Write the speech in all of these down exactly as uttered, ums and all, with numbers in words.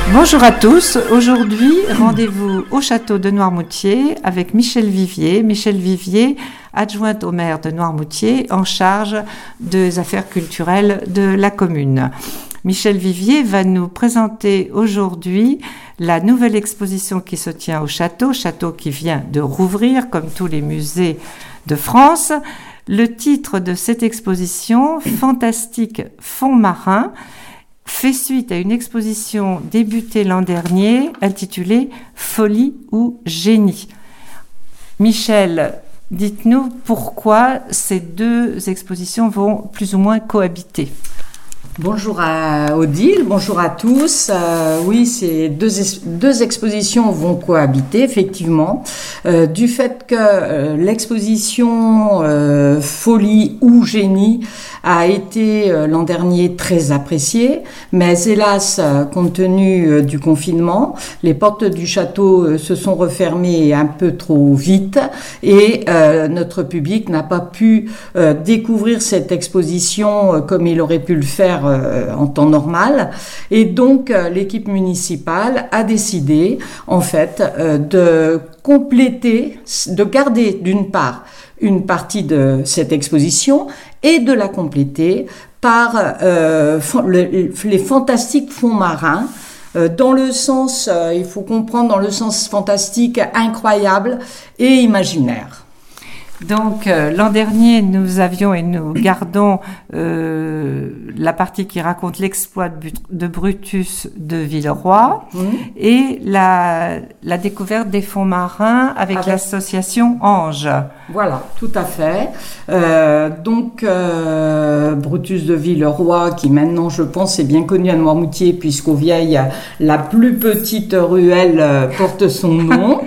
Bonjour à tous, aujourd'hui rendez-vous au château de Noirmoutier avec Michèle Vivier. Michèle Vivier, adjointe au maire de Noirmoutier en charge des affaires culturelles de la commune. Michèle Vivier va nous présenter aujourd'hui la nouvelle exposition qui se tient au château, château qui vient de rouvrir comme tous les musées de France. Le titre de cette exposition, Fantastique fonds marins, fait suite à une exposition débutée l'an dernier intitulée Folie ou génie. Michèle, dites-nous pourquoi ces deux expositions vont plus ou moins cohabiter. Bonjour à Odile, bonjour à tous. Euh, oui, ces deux, deux expositions vont cohabiter, effectivement, euh, du fait que euh, l'exposition euh, Folie ou Génie a été euh, l'an dernier très appréciée, mais hélas, euh, compte tenu euh, du confinement, les portes du château euh, se sont refermées un peu trop vite et euh, notre public n'a pas pu euh, découvrir cette exposition euh, comme il aurait pu le faire en temps normal, et donc l'équipe municipale a décidé en fait de compléter, de garder d'une part une partie de cette exposition et de la compléter par euh, le, les fantastiques fonds marins. Dans le sens, il faut comprendre dans le sens fantastique, incroyable et imaginaire. Donc, euh, l'an dernier, nous avions et nous gardons euh, la partie qui raconte l'exploit de, de Brutus de Villeroy mmh. et la, la découverte des fonds marins avec, avec l'association Ange. Voilà, tout à fait. Euh, donc, euh, Brutus de Villeroy, qui maintenant, je pense, est bien connu à Noirmoutier, puisqu'au Vieil, la plus petite ruelle euh, porte son nom.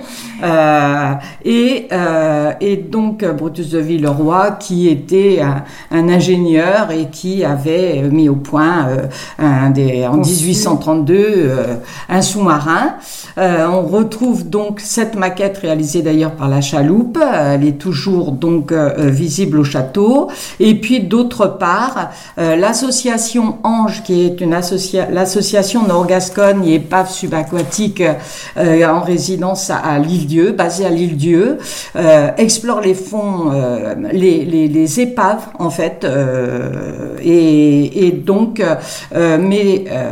Euh, et, euh, et donc Brutus de Villeroy qui était un, un ingénieur et qui avait mis au point euh, un des, en dix-huit cent trente-deux euh, un sous-marin. Euh, on retrouve donc cette maquette réalisée d'ailleurs par la Chaloupe. Elle est toujours donc euh, visible au château. Et puis d'autre part, euh, l'association Ange, qui est une associa- l'association Nord-Gascogne et épave subaquatique euh, en résidence à, à l'île Dieu, basé à l'île Dieu, euh, explore les fonds, euh, les, les, les épaves en fait, euh, et, et donc euh, mais euh,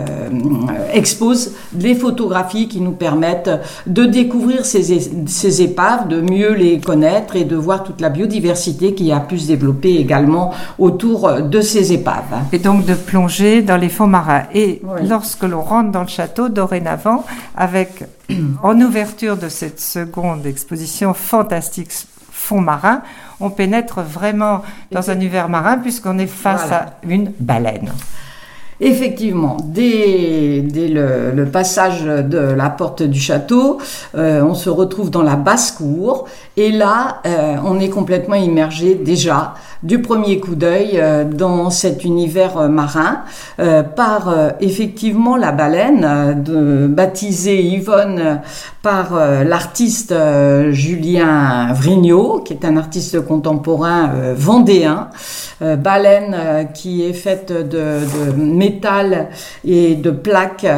expose les photographies qui nous permettent de découvrir ces, ces épaves, de mieux les connaître et de voir toute la biodiversité qui a pu se développer également autour de ces épaves. Et donc de plonger dans les fonds marins. Et oui. Lorsque l'on rentre dans le château, dorénavant, avec en ouverture de cette seconde exposition Fantastique fonds marins, on pénètre vraiment dans un univers marin puisqu'on est face voilà. à une baleine. Effectivement, dès, dès le, le passage de la porte du château, euh, on se retrouve dans la basse-cour et là, euh, on est complètement immergé déjà du premier coup d'œil euh, dans cet univers euh, marin euh, par euh, effectivement la baleine, euh, de, baptisée Yvonne euh, par euh, l'artiste euh, Julien Vrignot, qui est un artiste contemporain euh, vendéen. Euh, baleine euh, qui est faite de, de métal et de plaques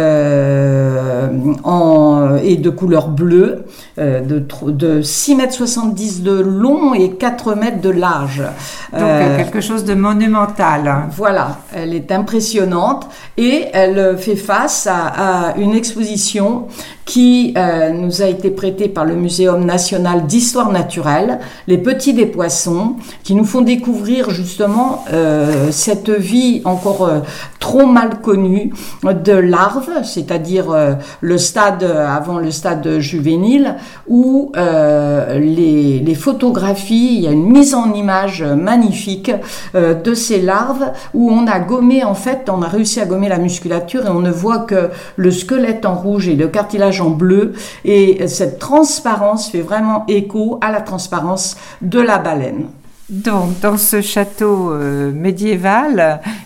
euh, en, et de couleur bleue, euh, de, de six mètres soixante-dix de long et quatre mètres de large. Donc euh, quelque chose de monumental. Voilà, elle est impressionnante et elle fait face à, à une exposition qui euh, nous a été prêtée par le Muséum national d'histoire naturelle, les petits des poissons, qui nous font découvrir justement euh, cette vie encore euh, trop mal connue de larves, c'est-à-dire euh, le stade avant le stade juvénile, où euh, les, les photographies, il y a une mise en image magnifique euh, de ces larves, où on a gommé, en fait, on a réussi à gommer la musculature et on ne voit que le squelette en rouge et le cartilage en bleu, et cette transparence fait vraiment écho à la transparence de la baleine. Donc, dans ce château euh, médiéval,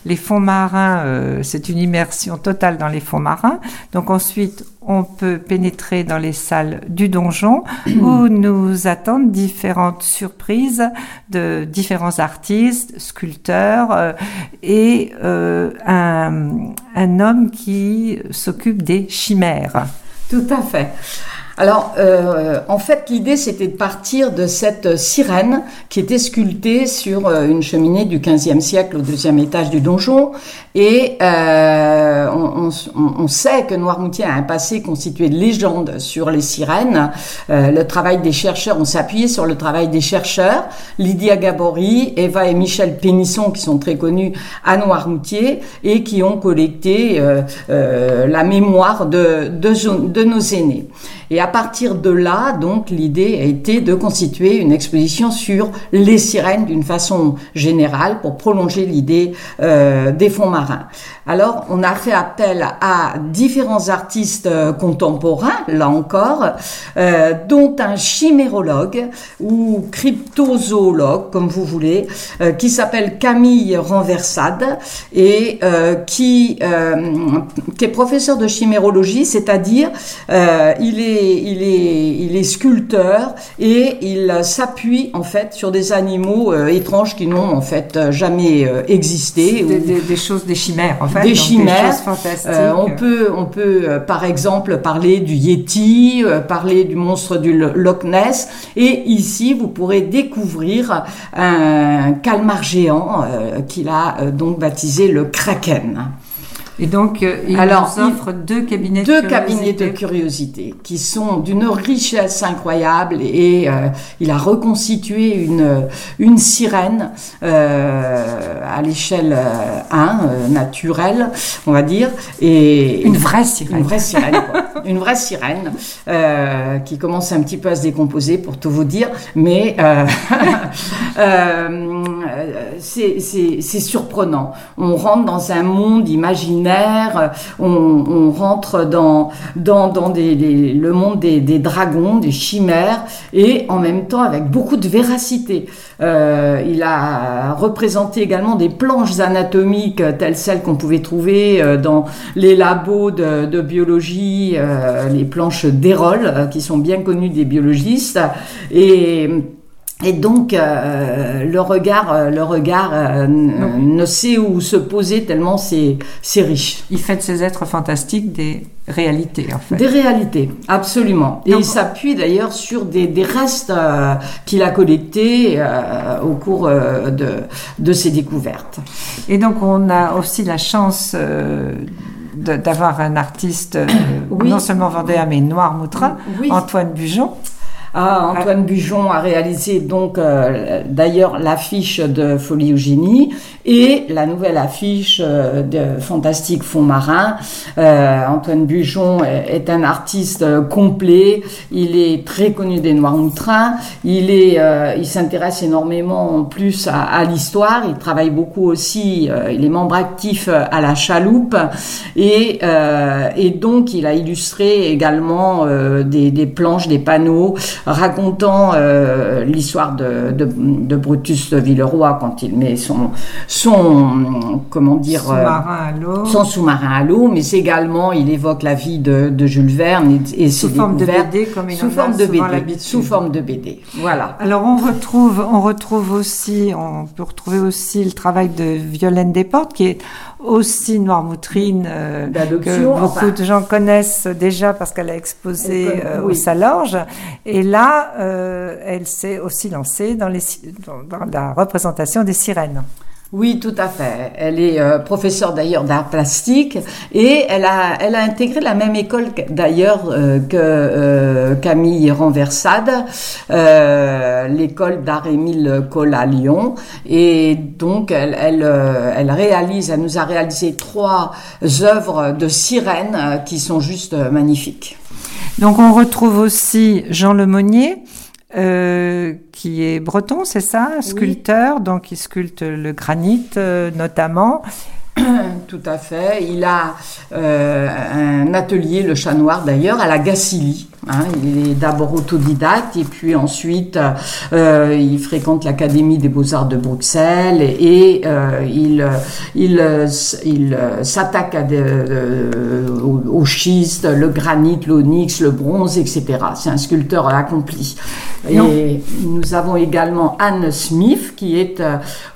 les fonds marins, euh, c'est une immersion totale dans les fonds marins. Donc ensuite, on peut pénétrer dans les salles du donjon où nous attendent différentes surprises de différents artistes, sculpteurs euh, et euh, un, un homme qui s'occupe des chimères. Tout à fait. Alors, euh, en fait, l'idée, c'était de partir de cette sirène qui était sculptée sur une cheminée du quinzième siècle au deuxième étage du donjon. Et euh, on, on, on sait que Noirmoutier a un passé constitué de légendes sur les sirènes. Euh, le travail des chercheurs, on s'est appuyé sur le travail des chercheurs, Lydia Gabory, Eva et Michel Pénisson, qui sont très connus à Noirmoutier et qui ont collecté euh, euh, la mémoire de, de, de nos aînés. Et à partir de là, donc, l'idée a été de constituer une exposition sur les sirènes d'une façon générale pour prolonger l'idée euh, des fonds marins. Alors, on a fait appel à différents artistes euh, contemporains, là encore, euh, dont un chimérologue ou cryptozoologue, comme vous voulez, euh, qui s'appelle Camille Renversade et euh, qui, euh, qui est professeur de chimérologie, c'est-à-dire euh, il est Il est, il est sculpteur et il s'appuie en fait sur des animaux euh, étranges qui n'ont en fait jamais euh, existé. Des, ou des, des choses, des chimères en fait. Des chimères. Des choses fantastiques. Euh, on peut, on peut euh, par exemple parler du Yéti, euh, parler du monstre du Loch Ness. Et ici, vous pourrez découvrir un calmar géant euh, qu'il a euh, donc baptisé le Kraken. Et donc, euh, il Alors, nous offre il, deux cabinets de deux curiosité. cabinets de curiosité qui sont d'une richesse incroyable et euh, il a reconstitué une une sirène euh, à l'échelle un euh, naturelle, on va dire, et une vraie sirène, une vraie sirène, quoi. Une vraie sirène euh, qui commence un petit peu à se décomposer pour tout vous dire, mais euh, euh, c'est c'est c'est surprenant. On rentre dans un monde imaginaire. On, on rentre dans, dans, dans des, les, le monde des, des dragons, des chimères, et en même temps avec beaucoup de véracité. Euh, il a représenté également des planches anatomiques telles celles qu'on pouvait trouver dans les labos de, de biologie, euh, les planches d'Hérol, qui sont bien connues des biologistes, et Et donc euh, le regard, le regard euh, ne sait où se poser tellement c'est c'est riche. Il fait de ces êtres fantastiques des réalités en fait. Des réalités, absolument. Et donc, il s'appuie d'ailleurs sur des, des restes euh, qu'il a collectés euh, au cours euh, de de ses découvertes. Et donc on a aussi la chance euh, de, d'avoir un artiste euh, oui. non seulement vendéen mais noirmoutin, oui. Antoine Bujon. Ah, Antoine Bujon a réalisé donc euh, d'ailleurs l'affiche de Folie Eugénie et la nouvelle affiche euh, de Fantastique Fonds Marins. Euh, Antoine Bujon est, est un artiste euh, complet. Il est très connu des Noirmoutrins. Il est, euh, il s'intéresse énormément en plus à, à l'histoire. Il travaille beaucoup aussi. Euh, il est membre actif à la Chaloupe et euh, et donc il a illustré également euh, des, des planches, des panneaux racontant euh, l'histoire de, de, de Brutus de Villeroy quand il met son, son comment dire, sous-marin à l'eau. son sous-marin à l'eau, mais c'est également, il évoque la vie de, de Jules Verne et, et sous forme de B D, comme il sous en forme a de souvent B D, l'habitude. Sous forme de B D, voilà. Alors on retrouve, on retrouve aussi, on peut retrouver aussi le travail de Violaine Desportes, qui est aussi noirmoutrine, euh, que beaucoup enfin, de gens connaissent déjà parce qu'elle a exposé connaît, euh, oui. au Salorge. Et là, euh, elle s'est aussi lancée dans, les, dans, dans la représentation des sirènes. Oui, tout à fait. Elle est euh, professeure d'ailleurs d'art plastique et elle a, elle a intégré la même école d'ailleurs euh, que euh, Camille Renversade, euh, l'école d'art Émile Coll à Lyon. Et donc, elle, elle, euh, elle réalise, elle nous a réalisé trois œuvres de sirènes euh, qui sont juste euh, magnifiques. Donc, on retrouve aussi Jean Lemonnier. Euh, qui est breton, c'est ça, sculpteur, oui. Donc il sculpte le granit euh, notamment. Tout à fait. Il a euh, un atelier, le Chat Noir d'ailleurs, à la Gacilly. Hein. Il est d'abord autodidacte et puis ensuite euh, il fréquente l'Académie des Beaux-Arts de Bruxelles et, et euh, il, il, il s'attaque à des, euh, au, au schiste, le granit, l'onyx, le bronze, et cetera. C'est un sculpteur accompli. Non. Et nous avons également Anne Smith qui est euh,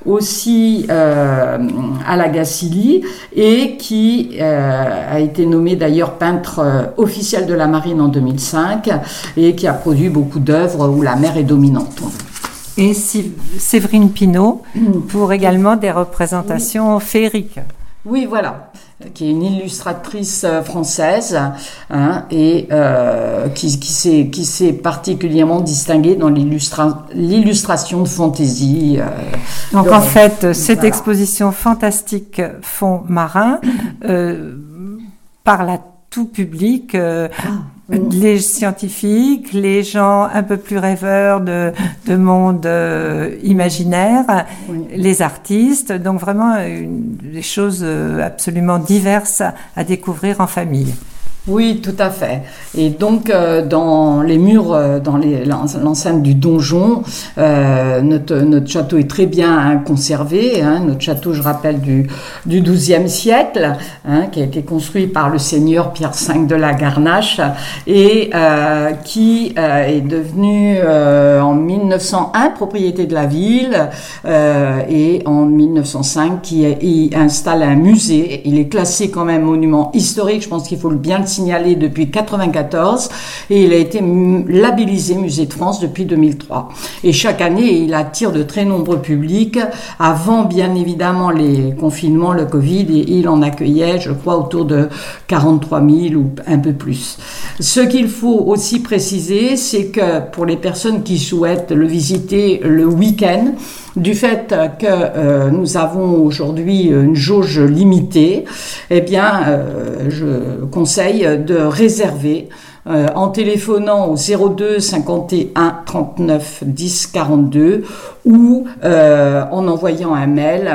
aussi euh, à la Gacilly et qui euh, a été nommée d'ailleurs peintre euh, officiel de la marine en deux mille cinq et qui a produit beaucoup d'œuvres où la mer est dominante. Et Séverine Pinault pour également des représentations oui. féeriques. Oui, voilà, qui est une illustratrice française hein, et euh, qui, qui, s'est, qui s'est particulièrement distinguée dans l'illustra- l'illustration de fantaisie. Euh, Donc de, en fait, cette voilà. exposition fantastique fond marin euh, parle à tout public, euh, ah, oui. les scientifiques, les gens un peu plus rêveurs de, de monde euh, imaginaire, oui. les artistes, donc vraiment une, des choses absolument diverses à découvrir en famille. Oui, tout à fait. Et donc, euh, dans les murs, euh, dans les, l'enceinte du donjon, euh, notre, notre château est très bien conservé. Hein. Notre château, je rappelle, du, du douzième siècle, hein, qui a été construit par le seigneur Pierre cinq de la Garnache et euh, qui euh, est devenu euh, en mille neuf cent un propriété de la ville euh, et en mille neuf cent cinq qui y installe un musée. Il est classé quand même monument historique. Je pense qu'il faut le bien le signalé depuis quatre-vingt-quatorze et il a été labellisé Musée de France depuis deux mille trois. Et chaque année, il attire de très nombreux publics. Avant, bien évidemment, les confinements, le Covid, et il en accueillait, je crois, autour de quarante-trois mille ou un peu plus. Ce qu'il faut aussi préciser, c'est que pour les personnes qui souhaitent le visiter le week-end, du fait que euh, nous avons aujourd'hui une jauge limitée, eh bien, euh, je conseille de réserver euh, en téléphonant au zéro deux cinquante et un trente-neuf dix quarante-deux ou euh, en envoyant un mail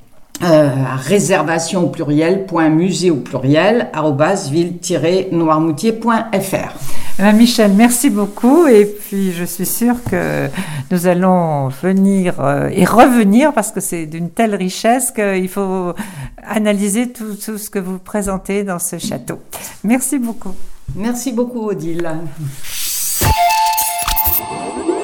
Euh, à réservation au pluriel, point musée au pluriel, arrobas ville-noirmoutier point f r. Eh Michel, merci beaucoup et puis je suis sûre que nous allons venir euh, et revenir parce que c'est d'une telle richesse qu'il faut analyser tout, tout ce que vous présentez dans ce château. Merci beaucoup. Merci beaucoup Odile.